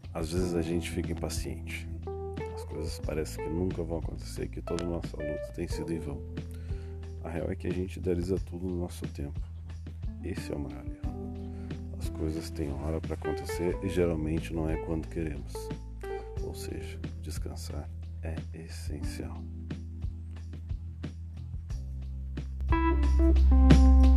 Às vezes a gente fica impaciente. As coisas parecem que nunca vão acontecer, que toda a nossa luta tem sido em vão. A real é que a gente idealiza tudo no nosso tempo. Esse é o maior erro. As coisas têm hora para acontecer e geralmente não é quando queremos. Ou seja, descansar é essencial.